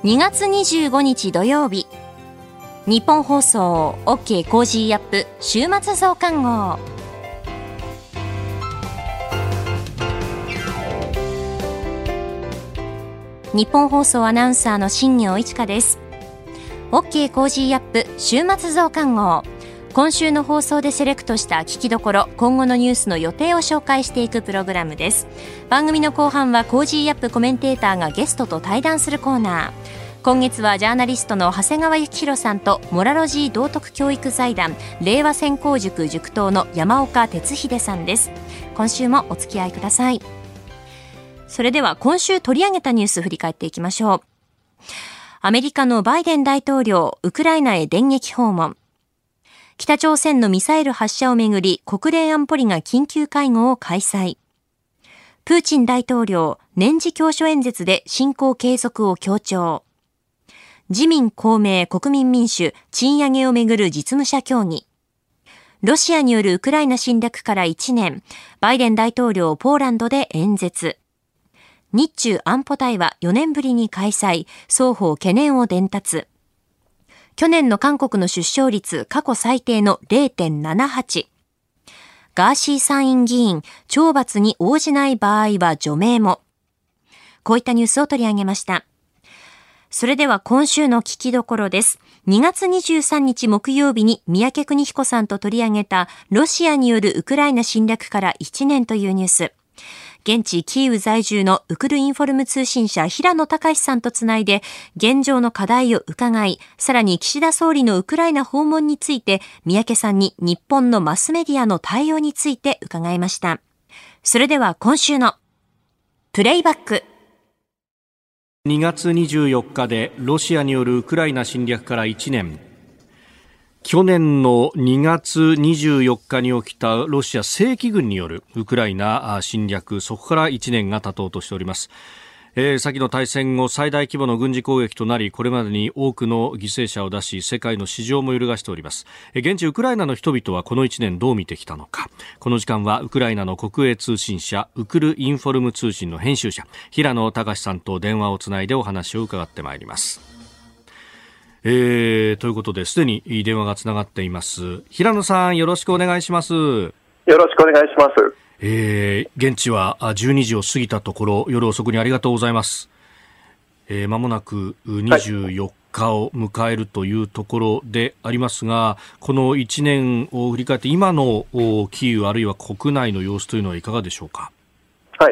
2月25日土曜日、日本放送 OK コージーアップ週末増刊号。日本放送アナウンサーの新業一華です。 OK コージーアップ週末増刊号、今週の放送でセレクトした聞きどころ、今後のニュースの予定を紹介していくプログラムです。番組の後半はコージーアップコメンテーターがゲストと対談するコーナー。今月はジャーナリストの長谷川幸宏さんとモラロジー道徳教育財団令和専攻塾塾頭の山岡哲秀さんです。今週もお付き合いください。それでは今週取り上げたニュース振り返っていきましょう。アメリカのバイデン大統領、ウクライナへ電撃訪問。北朝鮮のミサイル発射をめぐり、国連安保理が緊急会合を開催。プーチン大統領、年次教書演説で侵攻継続を強調。自民公明国民民主、賃上げをめぐる実務者協議。ロシアによるウクライナ侵略から1年、バイデン大統領ポーランドで演説。日中安保対話4年ぶりに開催、双方懸念を伝達。去年の韓国の出生率過去最低の 0.78。ガーシー参院議員、懲罰に応じない場合は除名も。こういったニュースを取り上げました。それでは今週の聞きどころです。2月23日木曜日に三宅邦彦さんと取り上げたロシアによるウクライナ侵略から1年というニュース。現地キーウ在住のウクルインフォルム通信社平野隆さんとつないで現状の課題を伺い、さらに岸田総理のウクライナ訪問について三宅さんに日本のマスメディアの対応について伺いました。それでは今週のプレイバック。 2月24日でロシアによるウクライナ侵略から1年。去年の2月24日に起きたロシア正規軍によるウクライナ侵略、そこから1年が経とうとしております。先の大戦後最大規模の軍事攻撃となり、これまでに多くの犠牲者を出し、世界の市場も揺るがしております。現地ウクライナの人々はこの1年どう見てきたのか。この時間はウクライナの国営通信社ウクルインフォルム通信の編集者平野隆さんと電話をつないでお話を伺ってまいります。ということで、すでに電話がつながっています。平野さん、よろしくお願いします。よろしくお願いします。 現地は12時を過ぎたところ、夜遅くにありがとうございます。間もなく24日を迎えるというところでありますが、この1年を振り返って今のキーウあるいは国内の様子というのはいかがでしょうか。 はい、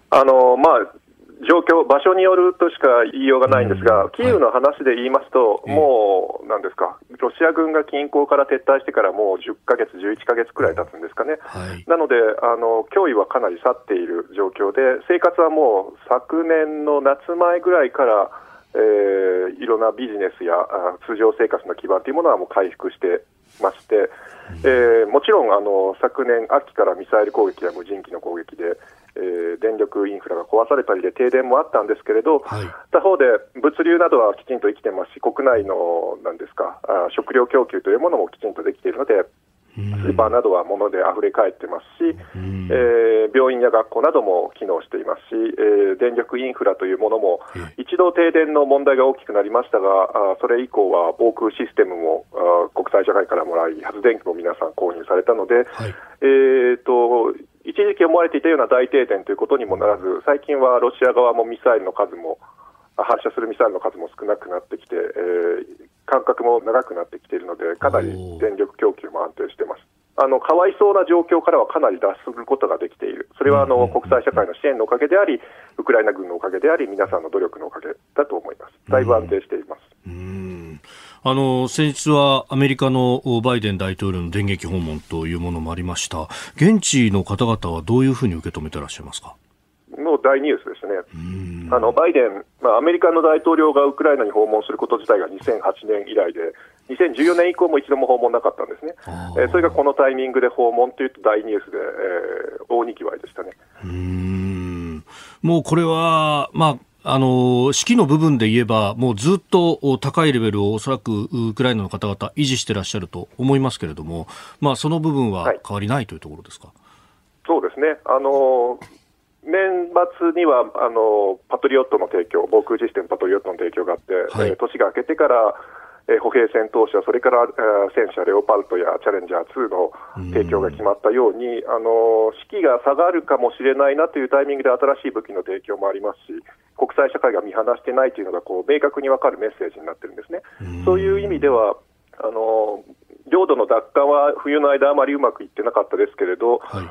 状況、場所によるとしか言いようがないんですが、キーウの話で言いますと、もう何ですか、ロシア軍が近郊から撤退してからもう10ヶ月、11ヶ月くらい経つんですかね。なので脅威はかなり去っている状況で、生活はもう昨年の夏前ぐらいからいろんなビジネスや通常生活の基盤というものはもう回復してまして、もちろん昨年秋からミサイル攻撃や無人機の攻撃で電力インフラが壊されたりで停電もあったんですけれど、他方で物流などはきちんと生きてますし、国内の食料供給というものもきちんとできているので、スーパーなどは物であふれ返ってますし、病院や学校なども機能していますし、電力インフラというものも一度停電の問題が大きくなりましたが、それ以降は防空システムも国際社会からもらい、発電機も皆さん購入されたので、一時期思われていたような大停電ということにもならず、最近はロシア側も発射するミサイルの数も少なくなってきて、間隔も長くなってきているので、かなり電力供給も安定しています。かわいそうな状況からはかなり脱することができている。それは国際社会の支援のおかげであり、ウクライナ軍のおかげであり、皆さんの努力のおかげだと思います。だいぶ安定しています。 先日はアメリカのバイデン大統領の電撃訪問というものもありました。現地の方々はどういうふうに受け止めていらっしゃいますか。 もう大ニュースですね。バイデン、アメリカの大統領がウクライナに訪問すること自体が2008年以来で、2014年以降も一度も訪問なかったんですね。それがこのタイミングで訪問というと大ニュースで、大にぎわいでしたね。 もうこれは、指揮の部分で言えばもうずっと高いレベルをおそらくウクライナの方々維持していらっしゃると思いますけれども、その部分は変わりないというところですか。 そうですね。 年末にはパトリオットの提供、防空システムパトリオットの提供があって、はい、年が明けてから歩兵戦闘車、それから戦車レオパルトやチャレンジャー2の提供が決まったように、士気が下がるかもしれないなというタイミングで新しい武器の提供もありますし、国際社会が見放してないというのが明確に分かるメッセージになってるんですね。そういう意味では領土の奪還は冬の間あまりうまくいってなかったですけれど、はい、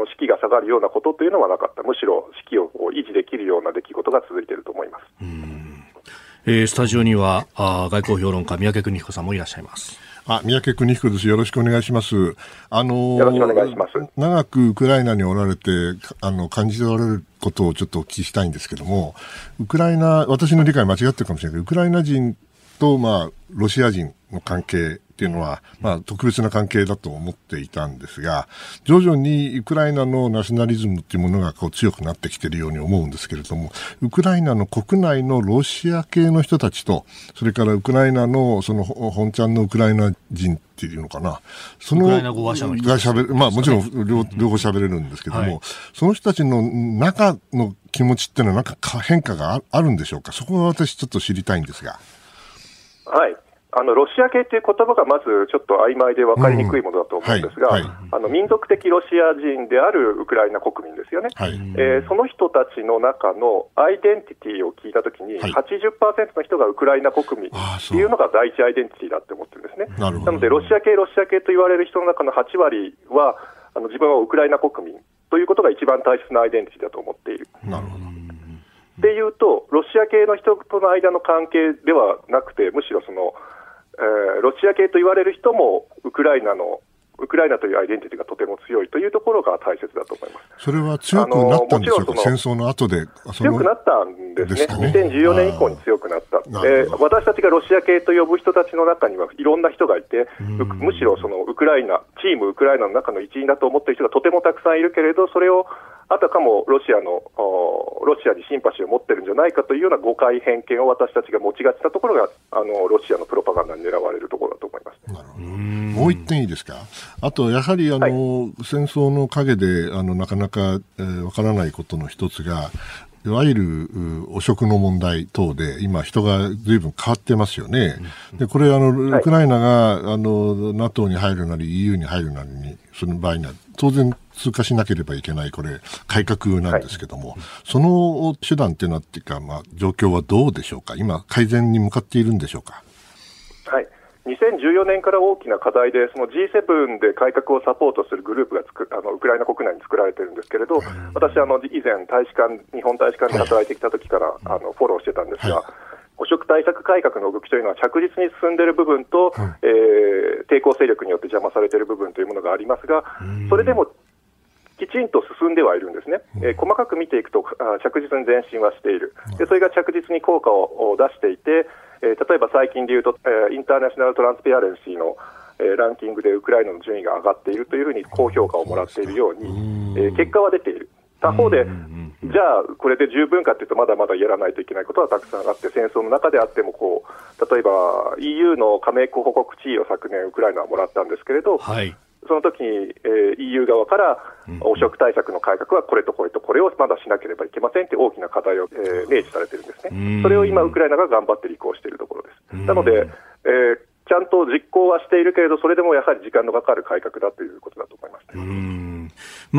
士気が下がるようなことというのはなかった。むしろ士気を維持できるような出来事が続いていると思います。 スタジオには外交評論家三宅邦彦さんもいらっしゃいます。 三宅邦彦です。よろしくお願いします。よろしくお願いします。 長くウクライナにおられて感じておられることをちょっとお聞きしたいんですけども、私の理解間違ってるかもしれないけど、ウクライナ人とロシア人の関係っていうのは、特別な関係だと思っていたんですが、徐々にウクライナのナショナリズムっていうものが強くなってきているように思うんですけれども、ウクライナの国内のロシア系の人たちと、それからウクライナのその本ちゃんのウクライナ人っていうのかな、そのウクライナ語話者の人たち、 もちろん両方喋れるんですけども、はい、その人たちの中の気持ちっていうのは変化があるんでしょうか。そこは私ちょっと知りたいんですが。 はい。ロシア系という言葉がまずちょっと曖昧で分かりにくいものだと思うんですが、民族的ロシア人であるウクライナ国民ですよね。はい、その人たちの中のアイデンティティを聞いたときに、80% の人がウクライナ国民っていうのが第一アイデンティティだって思ってるんですね。なのでロシア系と言われる人の中の8割は自分はウクライナ国民ということが一番大切なアイデンティティだと思っている。なるほど。っていうと、ロシア系の人との間の関係ではなくて、むしろロシア系と言われる人もウクライナというアイデンティティがとても強いというところが大切だと思います。 それは強くなったんでしょうか。戦争の後で強くなったんですね。2014年以降に強くなった。私たちがロシア系と呼ぶ人たちの中にはいろんな人がいて、むしろウクライナチームウクライナの中の一員だと思っている人がとてもたくさんいるけれど、それをあたかもロシアにシンパシーを持ってるんじゃないかというような誤解偏見を私たちが持ちがちなところがロシアのプロパガンダに狙われるところだと思います。 なるほど。もう一点いいですか。あとやはり戦争の陰でなかなかわからないことの一つが、いわゆる汚職の問題等で今人が随分変わってますよね。でこれウクライナがNATO に入るなり EU に入るなりにその場合には当然通過しなければいけないこれ改革なんですけども、その手段っていうのはっていうか、状況はどうでしょうか。今改善に向かっているんでしょうか。 はい。2014年から大きな課題で、その G7 で改革をサポートするグループがウクライナ国内に作られているんですけれど、私以前日本大使館で働いてきた時からフォローしてたんですが、汚職対策改革の動きというのは着実に進んでいる部分と、抵抗勢力によって邪魔されている部分というものがありますが、それでもきちんと進んではいるんですね。細かく見ていくと着実に前進はしている。でそれが着実に効果を出していて、例えば最近でいうと、インターナショナルトランスペアレンシーの、ランキングでウクライナの順位が上がっているというふうに高評価をもらっているように、結果は出ている。他方で、じゃあこれで十分かというとまだまだやらないといけないことはたくさんあって、戦争の中であっても例えば EU の加盟候補国地位を昨年ウクライナはもらったんですけれど、その時に、EU 側から汚職対策の改革はこれとこれとこれをまだしなければいけませんという大きな課題を、明示されているんですね。それを今ウクライナが頑張って履行しているところです。なので、ちゃんと実行はしているけれど、それでもやはり時間のかかる改革だということだと思います。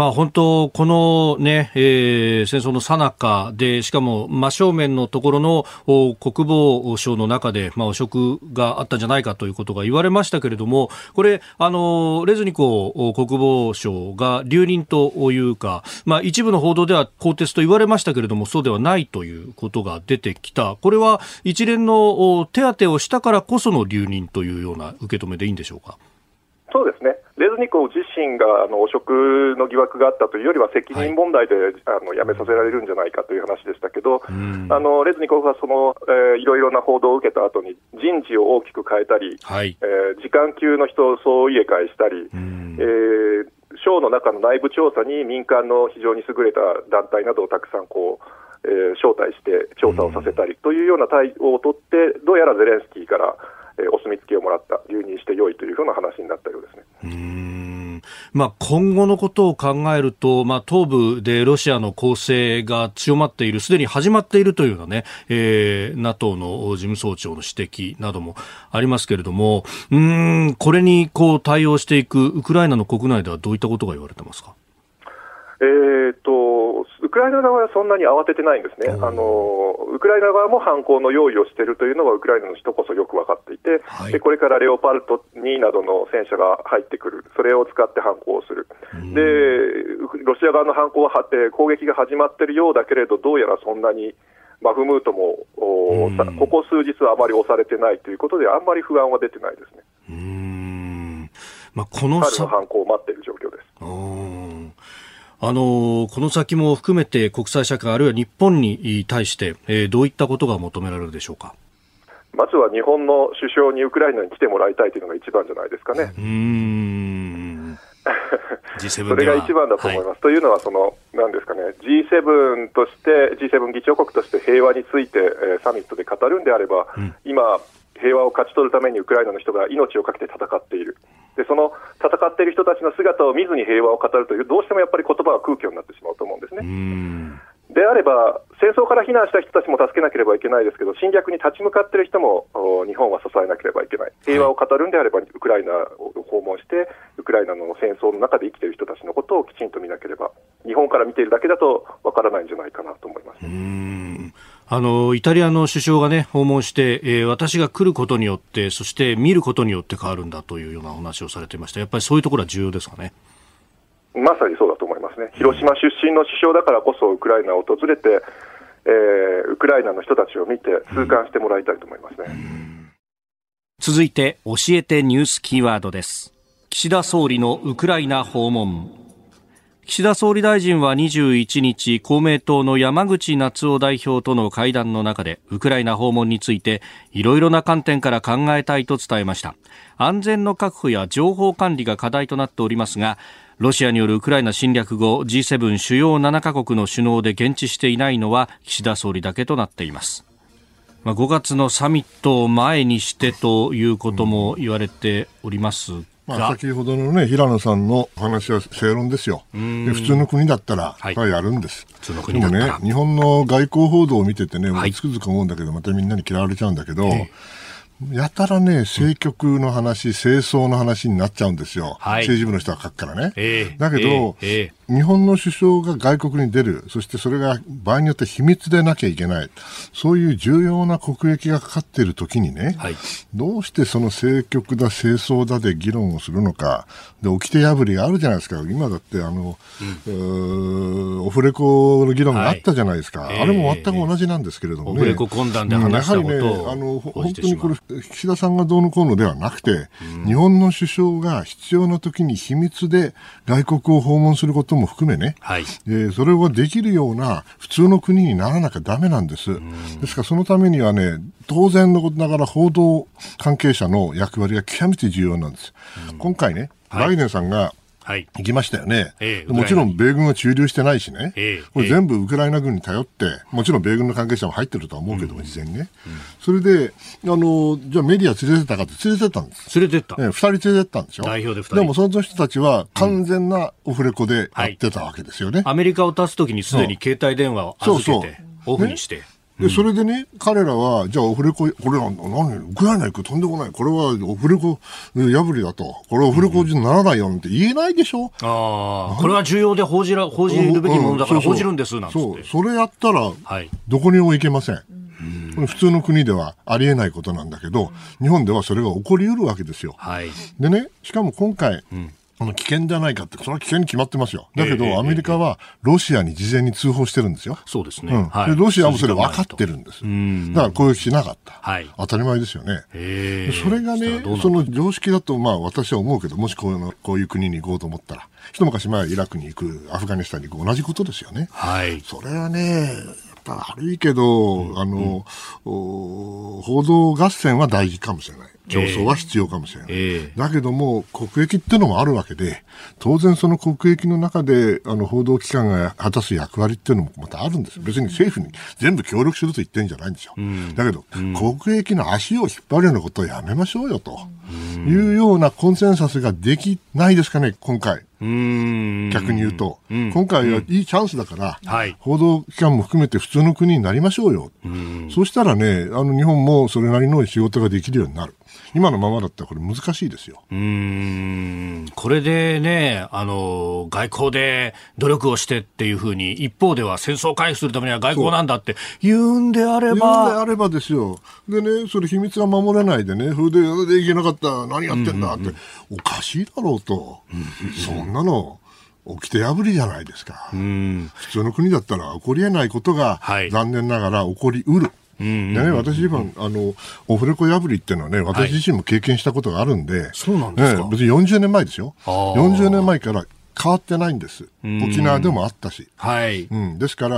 本当このね、戦争の最中で、しかも真正面のところの国防省の中で、汚職があったんじゃないかということが言われましたけれども、これレズニコ国防相が留任というか、一部の報道では更迭と言われましたけれども、そうではないということが出てきた。これは一連の手当てをしたからこその留任というような受け止めでいいんでしょうか。 そうですね。レズニコフ自身が汚職の疑惑があったというよりは責任問題で、辞めさせられるんじゃないかという話でしたけど、レズニコフはいろいろな報道を受けた後に人事を大きく変えたり、時間級の人を総入れ替えしたり、省の中の内部調査に民間の非常に優れた団体などをたくさん招待して調査をさせたりというような対応を取って、どうやらゼレンスキーからお墨付きをもらった、留任して良いというふうな話になったようですね。 今後のことを考えると、東部でロシアの攻勢が強まっている、すでに始まっているというようなね、NATO の事務総長の指摘などもありますけれども、これに対応していくウクライナの国内ではどういったことが言われてますか？ ウクライナ側はそんなに慌ててないんですね。ウクライナ側も反攻の用意をしているというのはウクライナの人こそよく分かっていて、でこれからレオパルト2などの戦車が入ってくる、それを使って反攻をする。でロシア側の反攻は攻撃が始まっているようだけれど、どうやらそんなにバフムートもここ数日はあまり押されてないということで、あんまり不安は出てないですね。 この彼の反攻を待っている状況です。 この先も含めて国際社会あるいは日本に対してどういったことが求められるでしょうか？ まずは日本の首相にウクライナに来てもらいたいというのが一番じゃないですかね。 G7 それが一番だと思います。というのは何ですかね、G7 として G7 議長国として平和についてサミットで語るんであれば、今平和を勝ち取るためにウクライナの人が命を懸けて戦っている。でその戦っている人たちの姿を見ずに平和を語るという、どうしてもやっぱり言葉は空虚になってしまうと思うんですね。であれば戦争から避難した人たちも助けなければいけないですけど、侵略に立ち向かっている人も日本は支えなければいけない。平和を語るんであればウクライナを訪問してウクライナの戦争の中で生きている人たちのことをきちんと見なければ、日本から見ているだけだとわからないんじゃないかなと思います。 イタリアの首相がね、訪問して、私が来ることによって、そして見ることによって変わるんだというようなお話をされていました。やっぱりそういうところは重要ですかね。 まさにそうだと思いますね。広島出身の首相だからこそウクライナを訪れて、ウクライナの人たちを見て痛感してもらいたいと思いますね。 続いて教えてニュースキーワードです。岸田総理のウクライナ訪問。岸田総理大臣は21日、公明党の山口那津男代表との会談の中で、ウクライナ訪問についていろいろな観点から考えたいと伝えました。安全の確保や情報管理が課題となっておりますが、ロシアによるウクライナ侵略後、G7 主要7カ国の首脳で言及していないのは岸田総理だけとなっています。5月のサミットを前にしてということも言われておりますが、 先ほどのね、平野さんの話は正論ですよ。で普通の国だったら、やるんです。 普通の国だったら。 でもね、日本の外交報道を見ててね、つくづく思うんだけど、またみんなに嫌われちゃうんだけど、やたらね、政局の話、政争の話になっちゃうんですよ。政治部の人は書くからね。だけど、日本の首相が外国に出る、そしてそれが場合によって秘密でなきゃいけない、そういう重要な国益がかかっているときにね、どうしてその政局だ、政争だで議論をするのか、で、掟破りがあるじゃないですか。今だってオフレコの議論があったじゃないですか。あれも全く同じなんですけれどもね。 オフレコ懇談で話したことを本当にこれ、岸田さんがどうのこうのではなくて、日本の首相が必要なときに秘密で外国を訪問することも含めね、それをできるような普通の国にならなきゃダメなんです。ですからそのためにはね、当然のことながら報道関係者の役割が極めて重要なんです。今回ね、バイデンさんが行きましたよね。もちろん米軍は駐留してないしね、これ全部ウクライナ軍に頼って、もちろん米軍の関係者も入ってるとは思うけども、事前にね。それで、じゃあメディア連れてったかって連れてったんです。 連れてった。 2人連れてったんでしょ。 代表で2人。 でもその人たちは完全なオフレコでやってたわけですよね。 アメリカを立つときにすでに携帯電話を預けて、オフにして。 で、それでね、彼らは、じゃあオフレコ、これは何、ウクライナ行くとんでもない。これはオフレコ破りだと。これはオフレコにならないよって言えないでしょ。 これは重要で報じるべきものだから報じるんです、なんつって。 それやったら、どこにも行けません。普通の国ではありえないことなんだけど、日本ではそれが起こりうるわけですよ。でね、しかも今回、危険じゃないかって、それは危険に決まってますよ。だけど、アメリカはロシアに事前に通報してるんですよ。 そうですね。 でロシアもそれ分かってるんです。だから攻撃しなかった。当たり前ですよね。それがね、その常識だと、私は思うけど、もしこういう国に行こうと思ったら、一昔前イラクに行く、アフガニスタンに行く、同じことですよね。それはね、悪いけど、報道合戦は大事かもしれない。競争は必要かもしれない。だけども、国益ってのもあるわけで、当然その国益の中で、報道機関が果たす役割っていうのもまたあるんです。別に政府に全部協力すると言ってるんじゃないんですよ。だけど、国益の足を引っ張るようなことをやめましょうよというようなコンセンサスができないですかね、今回。 逆に言うと、今回はいいチャンスだから、報道機関も含めて普通の国になりましょうよ。そうしたらね、日本もそれなりの仕事ができるようになる。今のままだったらこれ難しいですよ。 これでね、外交で努力をしてっていうふうに、一方では戦争回避するためには外交なんだって言うんであればですよ。でね、それ秘密が守れないでね、それでいけなかった、何やってんだって、おかしいだろうと。そんなの掟破りじゃないですか。普通の国だったら起こり得ないことが、残念ながら起こりうる。でね、私自分オフレコ破りっていうのはね、私自身も経験したことがあるんで、 そうなんですか。 別に40年前ですよ。40年前から変わってないんです。沖縄でもあったし。ですから、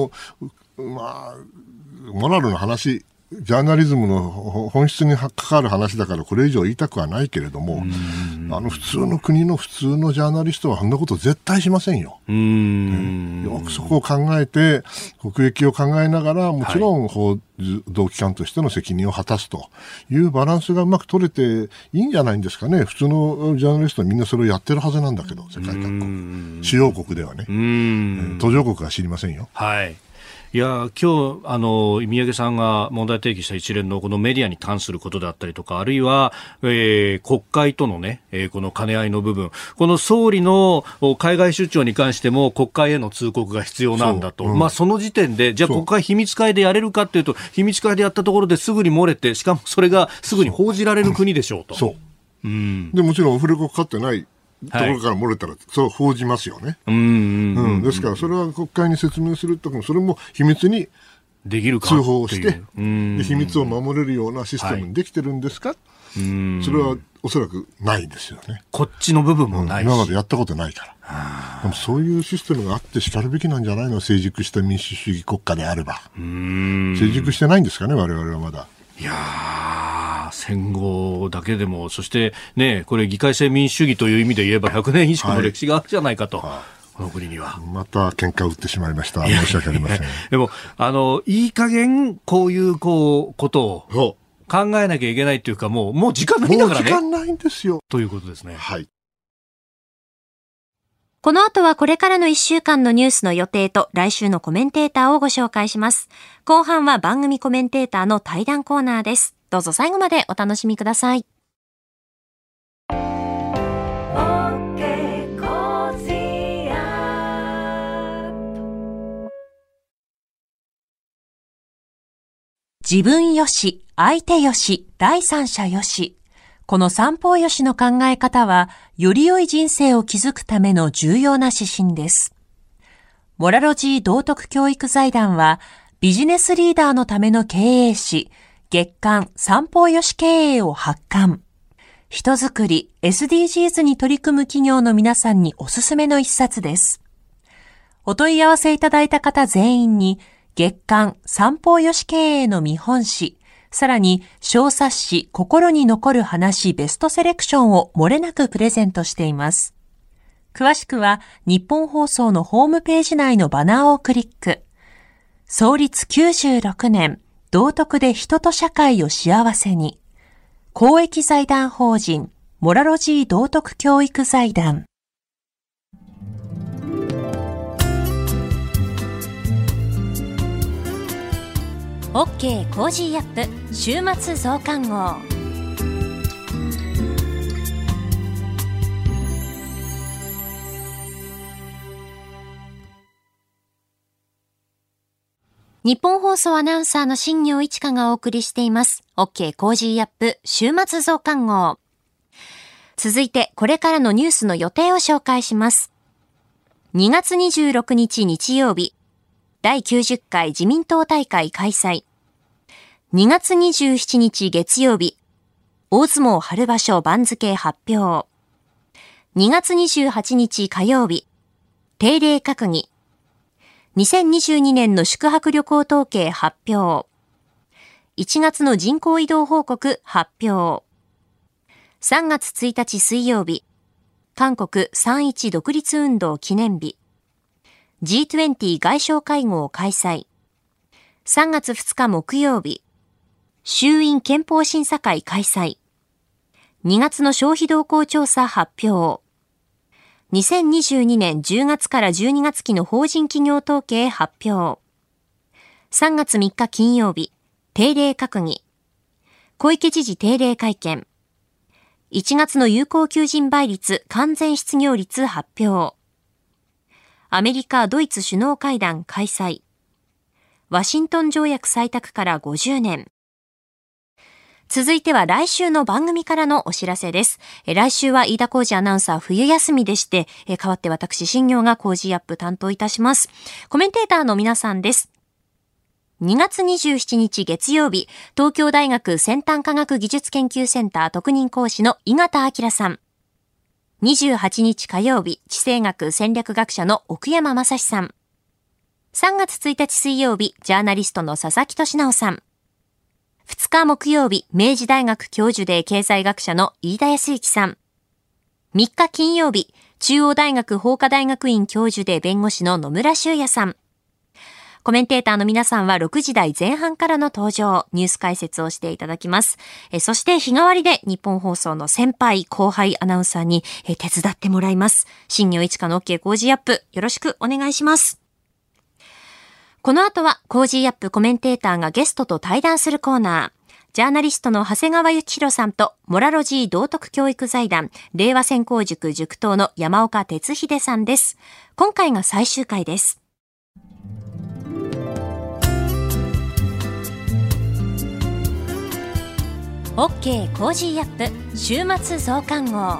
モラルの話、ジャーナリズムの本質に関わる話だからこれ以上言いたくはないけれども、普通の国の普通のジャーナリストはそんなこと絶対しませんよ。よくそこを考えて、国益を考えながら、もちろん報道機関としての責任を果たすというバランスがうまく取れていいんじゃないんですかね。普通のジャーナリストはみんなそれをやってるはずなんだけど、世界各国。主要国ではね。途上国は知りませんよ。 いや今日宮家さんが問題提起した一連のこのメディアに関することであったりとか、あるいは、国会とのね、この兼ね合いの部分、この総理の海外出張に関しても国会への通告が必要なんだと、その時点でじゃあ国会秘密会でやれるかっていうと、秘密会でやったところですぐに漏れて、しかもそれがすぐに報じられる国でしょうと。 でもちろんオフレコかかってないところから漏れたら、そう報じますよね。ですからそれは国会に説明するときも、それも秘密に通報をして、秘密を守れるようなシステムにできてるんですか。それはおそらくないですよね。 こっちの部分もないし、 今までやったことないから。でもそういうシステムがあってしかるべきなんじゃないの。成熟した民主主義国家であれば。成熟してないんですかね、我々はまだ。 いや戦後だけでも、そしてね、これ議会制民主主義という意味で言えば100年以上の歴史があるじゃないかと、この国には。 また喧嘩を打ってしまいました。申し訳ありません。 でもいい加減こういうことを考えなきゃいけないというか、もう時間ないんだからね。 もう時間ないんですよ。 ということですね。 この後はこれからの1週間のニュースの予定と来週のコメンテーターをご紹介します。後半は番組コメンテーターの対談コーナーです。どうぞ最後までお楽しみください。自分よし、相手よし、第三者よし。この三方よしの考え方は、より良い人生を築くための重要な指針です。モラロジー道徳教育財団は、ビジネスリーダーのための経営誌、月刊三方よし経営を発刊。人づくり、SDGs に取り組む企業の皆さんにおすすめの一冊です。お問い合わせいただいた方全員に、月刊三方よし経営の見本誌、さらに小冊子心に残る話ベストセレクションを漏れなくプレゼントしています。詳しくは日本放送のホームページ内のバナーをクリック。創立96年、道徳で人と社会を幸せに。公益財団法人モラロジー道徳教育財団。OK コージーアップ週末増刊号。日本放送アナウンサーの新業一華がお送りしています。OK コージーアップ週末増刊号。続いてこれからのニュースの予定を紹介します。2月26日日曜日、第90回自民党大会開催。2月27日月曜日、大相撲春場所番付発表。2月28日火曜日、定例閣議。2022年の宿泊旅行統計発表。1月の人口移動報告発表。3月1日水曜日、韓国3.1独立運動記念日。G20 外相会合開催。3月2日木曜日、衆院憲法審査会開催。2月の消費動向調査発表。 2022年10月から12月期の法人企業統計発表。3月3日金曜日、定例閣議。小池知事定例会見。1月の有効求人倍率、完全失業率発表。アメリカ・ドイツ首脳会談開催。ワシントン条約採択から50年。続いては来週の番組からのお知らせです。来週は飯田浩司アナウンサー冬休みでして、代わって私新業がコージーアップ担当いたします。コメンテーターの皆さんです。2月27日月曜日、東京大学先端科学技術研究センター特任講師の井形明さん。28日火曜日、地政学戦略学者の奥山正史さん。3月1日水曜日、ジャーナリストの佐々木俊直さん。2日木曜日、明治大学教授で経済学者の飯田康之さん。3日金曜日、中央大学法科大学院教授で弁護士の野村修也さん。コメンテーターの皆さんは6時台前半からの登場、ニュース解説をしていただきます。そして日替わりで日本放送の先輩後輩アナウンサーに手伝ってもらいます。新業一華の OK コージーアップ、よろしくお願いします。この後はコージーアップコメンテーターがゲストと対談するコーナー。ジャーナリストの長谷川幸宏さんとモラロジー道徳教育財団令和専攻塾塾頭の山岡哲秀さんです。今回が最終回です。OK コージーアップ週末増刊号。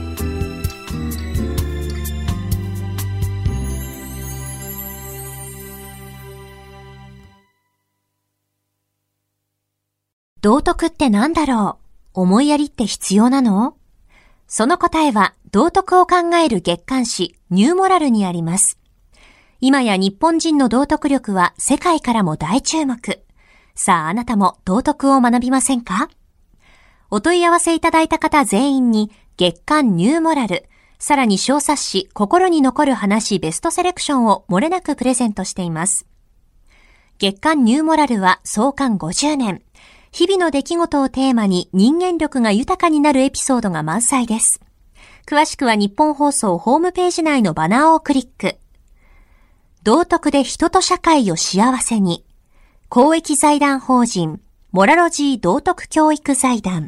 道徳って何だろう？思いやりって必要なの？その答えは道徳を考える月刊誌ニューモラルにあります。今や日本人の道徳力は世界からも大注目。さああなたも道徳を学びませんか？お問い合わせいただいた方全員に月刊ニューモラル、さらに小冊子心に残る話ベストセレクションを漏れなくプレゼントしています。月刊ニューモラルは創刊50年。日々の出来事をテーマに人間力が豊かになるエピソードが満載です。詳しくは日本放送ホームページ内のバナーをクリック。道徳で人と社会を幸せに。公益財団法人モラロジー道徳教育財団。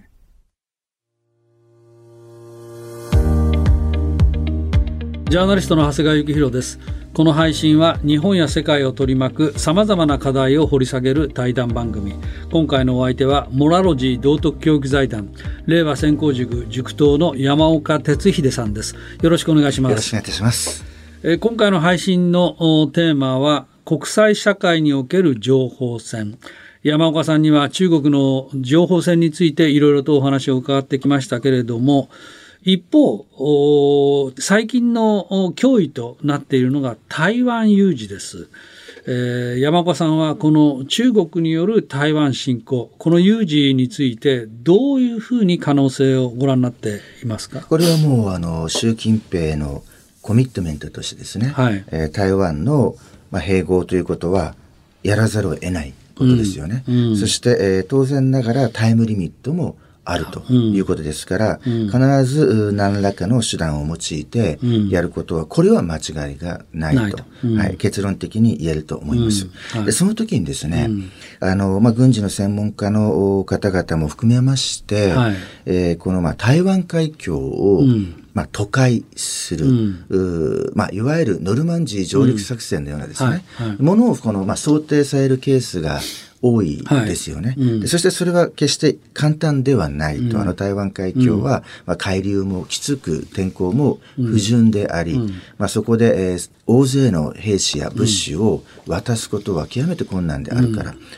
ジャーナリストの長谷川幸宏です。この配信は日本や世界を取り巻く様々な課題を掘り下げる対談番組。今回のお相手はモラロジー道徳教育財団令和専攻塾塾頭の山岡哲秀さんです。よろしくお願いします。 よろしくお願いいたします。 今回の配信のテーマは国際社会における情報戦。山岡さんには中国の情報戦についていろいろとお話を伺ってきましたけれども、一方、最近の脅威となっているのが台湾有事です。山岡さんはこの中国による台湾侵攻、この有事についてどういうふうに可能性をご覧になっていますか？ これはもう習近平のコミットメントとしてですね、はい、台湾の併合ということはやらざるを得ないことですよね。そして、当然ながらタイムリミットもあるということですから、必ず何らかの手段を用いてやることは、これは間違いがないと、はい、結論的に言えると思います。でその時にですね、軍事の専門家の方々も含めまして、はい、この台湾海峡を、渡海する、いわゆるノルマンジー上陸作戦のようなですね、ものを想定されるケースが多いですよね。そしてそれは決して簡単ではないと。台湾海峡は、海流もきつく天候も不順であり、そこで、大勢の兵士や物資を渡すことは極めて困難であるから、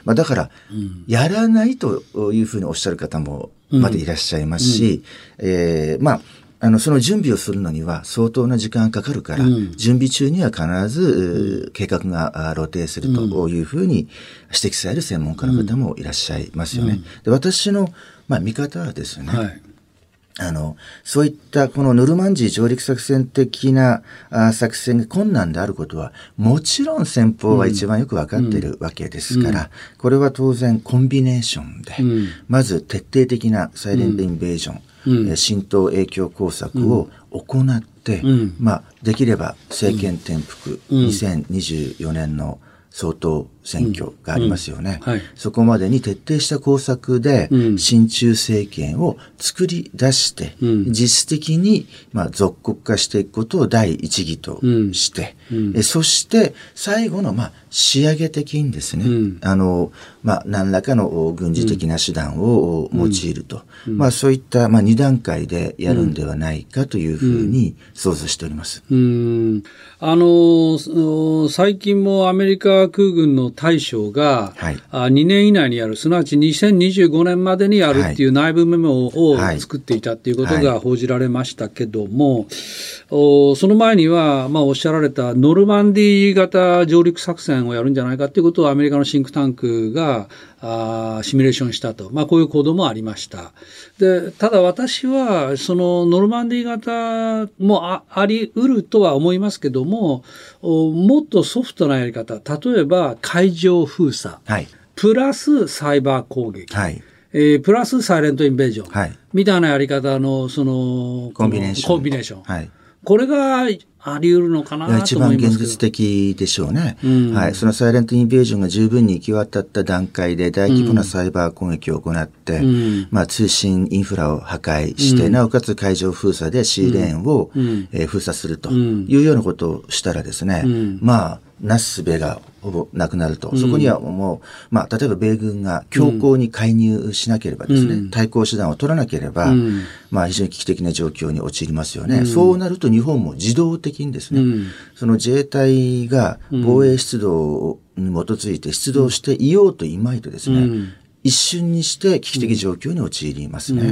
だからやらないというふうにおっしゃる方もまだいらっしゃいますし、その準備をするのには相当な時間がかかるから、準備中には必ず計画が露呈するというふうに指摘される専門家の方もいらっしゃいますよね。で私の、見方はですね、そういったこのノルマンジー上陸作戦的な作戦が困難であることはもちろん先方は一番よく分かっているわけですから、これは当然コンビネーションで、まず徹底的なサイレントインベージョン、浸透影響工作を行って、 、できれば政権転覆、2024年の総統選挙がありますよね。そこまでに徹底した工作で、親中政権を作り出して、実質的に、属国化していくことを第一義として、そして最後の、仕上げ的にですね、何らかの軍事的な手段を用いると、そういった、2段階でやるんではないかというふうに想像しております。 最近もアメリカ空軍の大将が、2年以内にやる、すなわち2025年までにやるっていう内部メモを作っていたということが報じられましたけども、その前には、おっしゃられたノルマンディー型上陸作戦をやるんじゃないかということをアメリカのシンクタンクがシミュレーションしたと、こういう行動もありました。で、ただ私はそのノルマンディー型も あり得るとは思いますけども、もっとソフトなやり方、例えば海上封鎖、プラスサイバー攻撃、プラスサイレントインベージョン、みたいなやり方のそのコンビネーション、 これがあり得るのかなと思いますけど。 一番現実的でしょうね。そのサイレントインベージョンが十分に行き渡った段階で大規模なサイバー攻撃を行って、通信インフラを破壊して、なおかつ海上封鎖でシーレーンを、封鎖するというようなことをしたらですね、なすすべがほぼなくなると。そこにはもう、例えば米軍が強硬に介入しなければですね、対抗手段を取らなければ、非常に危機的な状況に陥りますよね。そうなると日本も自動的にですね、その自衛隊が防衛出動に基づいて出動していようといまいとですね、一瞬にして危機的状況に陥りますね。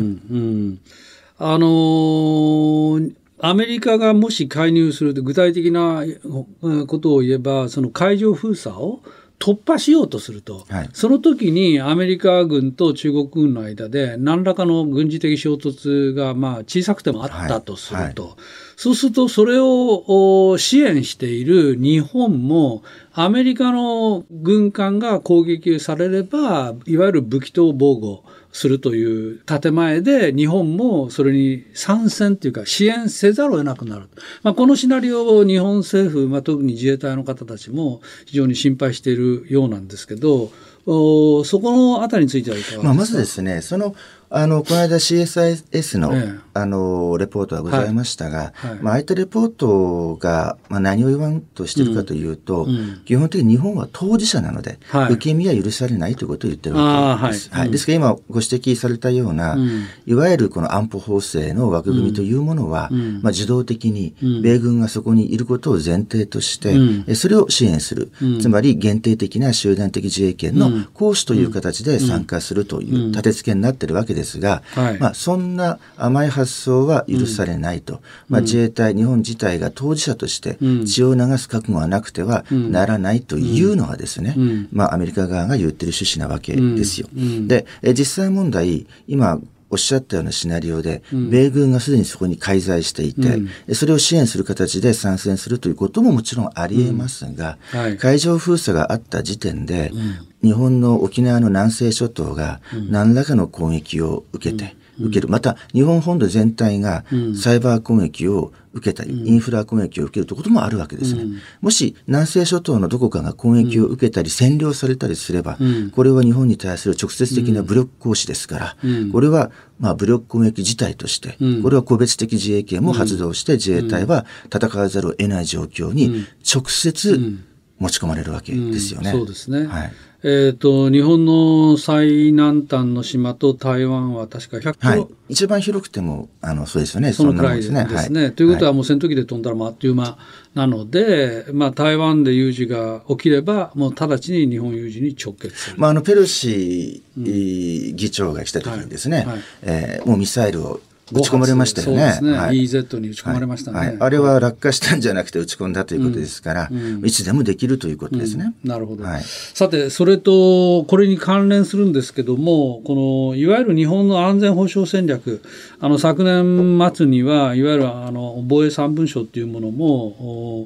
アメリカがもし介入すると具体的なことを言えば、その海上封鎖を突破しようとすると、その時にアメリカ軍と中国軍の間で何らかの軍事的衝突が小さくてもあったとすると、そうするとそれを支援している日本もアメリカの軍艦が攻撃されればいわゆる武器等防護するという建前で日本もそれに参戦というか支援せざるを得なくなる。このシナリオを日本政府、特に自衛隊の方たちも非常に心配しているようなんですけど、そこのあたりについてはいかがですか。 まずですね、この間 CSIS の、レポートがございましたが、ああいったレポートが、何を言わんとしているかというと、基本的に日本は当事者なので、受け身は許されないということを言っているわけです。ですから今ご指摘されたような、いわゆるこの安保法制の枠組みというものは、自動的に米軍がそこにいることを前提として、それを支援する、つまり限定的な集団的自衛権の行使という形で参加するという立て付けになっているわけですが、そんな甘い発想は許されないと、自衛隊、日本自体が当事者として血を流す覚悟はなくてはならないというのがですね、アメリカ側が言っている趣旨なわけですよ。で、実際問題、今おっしゃったようなシナリオで、米軍がすでにそこに介在していて、それを支援する形で参戦するということももちろんあり得ますが、海上封鎖があった時点で、日本の沖縄の南西諸島が何らかの攻撃を受ける。また、日本本土全体がサイバー攻撃を受けたり、インフラ攻撃を受けるということもあるわけですね。もし、南西諸島のどこかが攻撃を受けたり、占領されたりすれば、これは日本に対する直接的な武力行使ですから、これは、武力攻撃自体として、これは個別的自衛権も発動して、自衛隊は戦わざるを得ない状況に直接持ち込まれるわけですよね。 そうですね。日本の最南端の島と台湾は確か100キロ、 一番広くてもそうですよね。 そのくらいですね。ということはもう戦闘機で飛んだらあっという間なので、台湾で有事が起きればもう直ちに日本有事に直結する。 ペロシ議長が来た時にですね、もうミサイルを撃ち込まれましたよね。 そうですね。EEZ に撃ち込まれましたね。 あれは落下したんじゃなくて撃ち込んだということですから、いつでもできるということですね。 なるほど。さて、それとこれに関連するんですけども、このいわゆる日本の安全保障戦略、昨年末にはいわゆる防衛三文書っていうものも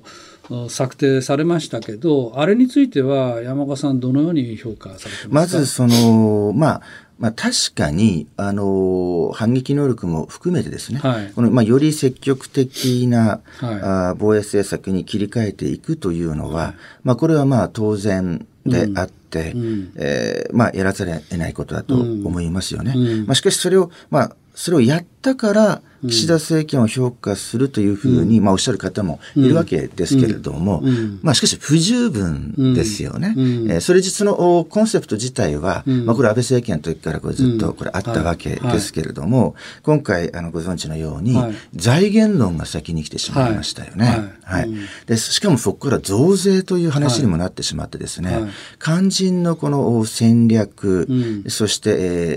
策定されましたけど、あれについては山岡さんどのように評価されてますか？ まず確かに、反撃能力も含めてですね、このより積極的な、防衛政策に切り替えていくというのは、これは当然であって、やらざるを得ないことだと思いますよね。しかしそれをやったから岸田政権を評価するというふうに、おっしゃる方もいるわけですけれども、しかし不十分ですよね。それ実のコンセプト自体は、これ安倍政権の時からずっとこれあったわけですけれども、今回ご存知のように、財源論が先に来てしまいましたよね。でしかもそこから増税という話にもなってしまってですね、肝心のこの戦略、そして、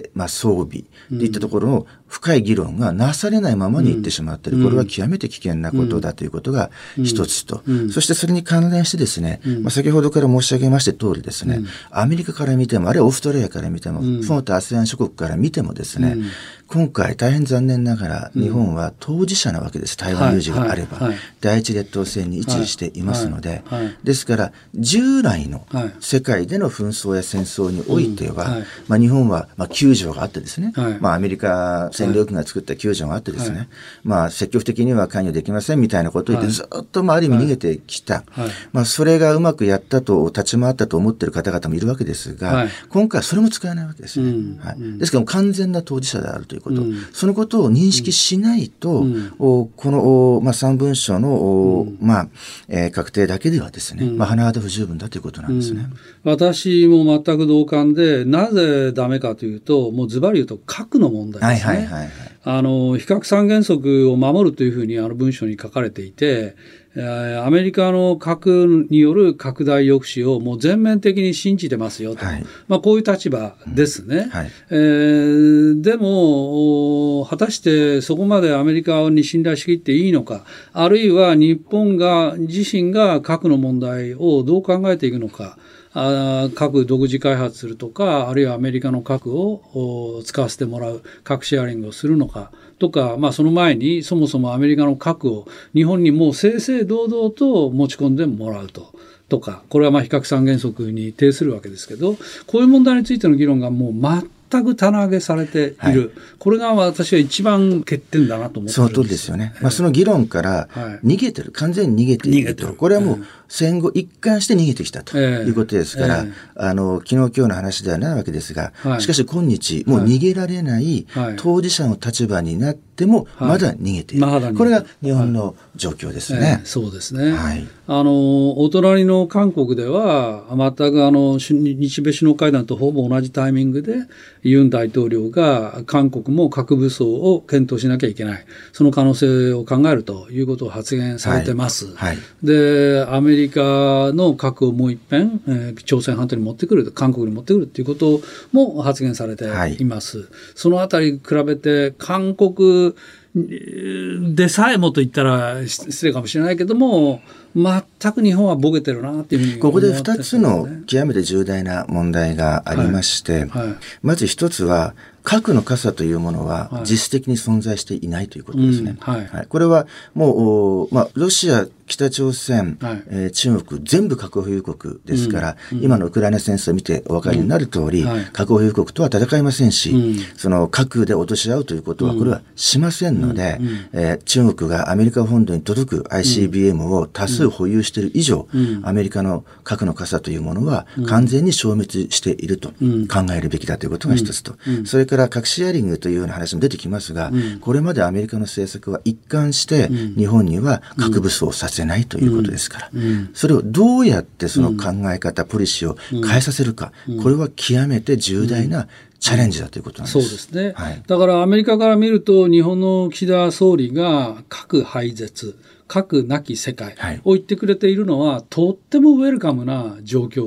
装備といったところの深い議論がなされないままにいってしまっている。これは極めて危険なことだということが一つと、そしてそれに関連してですね、先ほどから申し上げました通りですね、アメリカから見ても、あるいはオーストラリアから見ても、その他 ASEAN 諸国から見てもですね、今回大変残念ながら日本は当事者なわけです。台湾有事があれば、第一列島線に位置していますので、ですから従来の世界での紛争や戦争においては、日本は9条があってですね、アメリカ占領軍が作った9条があってですね、積極的には関与できませんみたいなことを言ってずっとある意味逃げてきた、それがうまくやったと立ち回ったと思っている方々もいるわけですが、今回はそれも使えないわけですね。ですから完全な当事者であるということ、そのことを認識しないと、この、3文書の、確定だけではですね、甚だ不十分だということなんですね。 私も全く同感で、なぜダメかというと、もうズバリ言うと核の問題ですね。非核三原則を守るというふうに文書に書かれていて、アメリカの核による拡大抑止をもう全面的に信じてますよと、こういう立場ですね。でも果たしてそこまでアメリカに信頼しきっていいのか、あるいは日本自身が核の問題をどう考えていくのか、核独自開発するとか、あるいはアメリカの核を使わせてもらう、核シェアリングをするのかとか、その前にそもそもアメリカの核を日本にもう正々堂々と持ち込んでもらうとか、これは非核三原則に呈するわけですけど、こういう問題についての議論がもう全く棚上げされている、これが私は一番欠点だなと思っているんです。 その通りですよね。その議論から逃げてる、完全に逃げていると、これはもう戦後一貫して逃げてきたということですから、昨日今日の話ではないわけですが、しかし今日もう逃げられない当事者の立場になってもまだ逃げている、これが日本の状況ですね。 そうですね。お隣の韓国では全く日米首脳会談とほぼ同じタイミングでユン大統領が韓国も核武装を検討しなきゃいけない、その可能性を考えるということを発言されてます。で、アメリカの核をもう一遍、朝鮮半島に持ってくる、韓国に持ってくるということも発言されています。そのあたり比べて韓国でさえもと言ったら失礼かもしれないけども、全く日本はボケてるなっていうふうにここで2つの極めて重大な問題がありまして、まず1つは核の傘というものは実質的に存在していないということですね。これはもう、ロシア、北朝鮮、中国全部核保有国ですから、今のウクライナ戦争を見てお分かりになる通り、核保有国とは戦いませんし、その核で落とし合うということはこれはしませんので、中国がアメリカ本土に届く ICBM を多数保有している以上、アメリカの核の傘というものは完全に消滅していると考えるべきだということが一つと、それから核シェアリングというような話も出てきますが、これまでアメリカの政策は一貫して日本には核武装をさせないということですから、それをどうやってその考え方、ポリシーを変えさせるか、これは極めて重大なチャレンジだということなんです。 そうですね。だからアメリカから見ると日本の岸田総理が核廃絶、核なき世界を言ってくれているのはとってもウェルカムな状況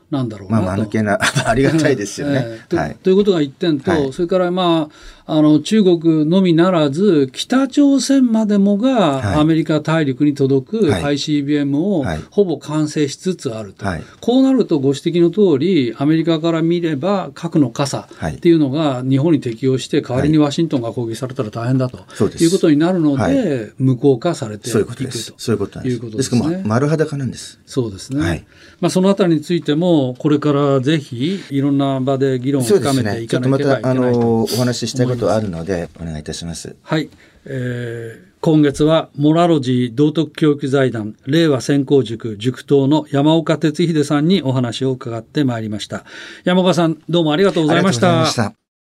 なんだろうなと。 間抜けなありがたいですよね。 ということが一点と、それから中国のみならず北朝鮮までもがアメリカ大陸に届く ICBM をほぼ完成しつつあると、こうなるとご指摘の通りアメリカから見れば核の傘っていうのが日本に適用して代わりにワシントンが攻撃されたら大変だということになるので、無効化されていくということですね。 ですから丸裸なんです。 そうですね。そのあたりについてもこれからぜひいろんな場で議論を深めていかなければいけないとお話ししたいことあるのでお願いいたします。 はい、今月はモラロジー道徳教育財団令和専攻塾塾頭の山岡哲秀さんにお話を伺ってまいりました。山岡さん、どうもありがとうございました。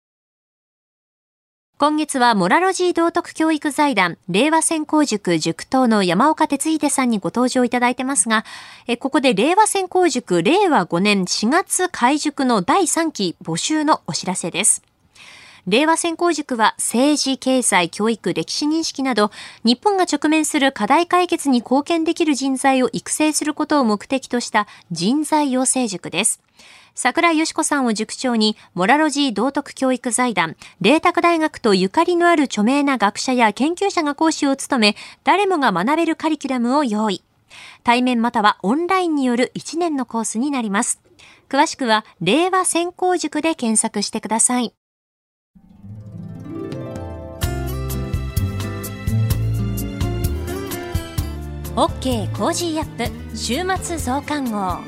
今月はモラロジー道徳教育財団令和専攻塾塾頭の山岡哲秀さんにご登場いただいてますが、ここで令和専攻塾令和5年4月開塾の第3期募集のお知らせです。令和専攻塾は政治、経済、教育、歴史認識など日本が直面する課題解決に貢献できる人材を育成することを目的とした人材養成塾です。桜井よし子さんを塾長にモラロジー道徳教育財団、麗澤大学とゆかりのある著名な学者や研究者が講師を務め、誰もが学べるカリキュラムを用意。対面またはオンラインによる1年のコースになります。詳しくは令和専攻塾で検索してください。OK コージーアップ週末増刊号。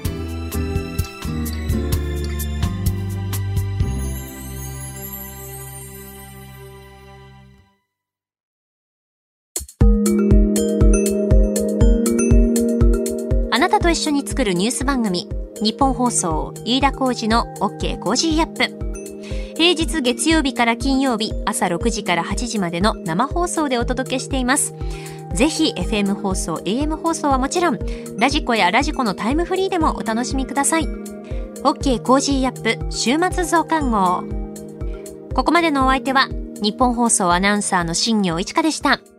あなたと一緒に作るニュース番組、日本放送飯田浩司の OK コージーアップ。平日月曜日から金曜日朝6時から8時までの生放送でお届けしています。ぜひ FM 放送 AM 放送はもちろんラジコやラジコのタイムフリーでもお楽しみください。 OK コージーアップ週末増刊号。ここまでのお相手は日本放送アナウンサーの新業一華でした。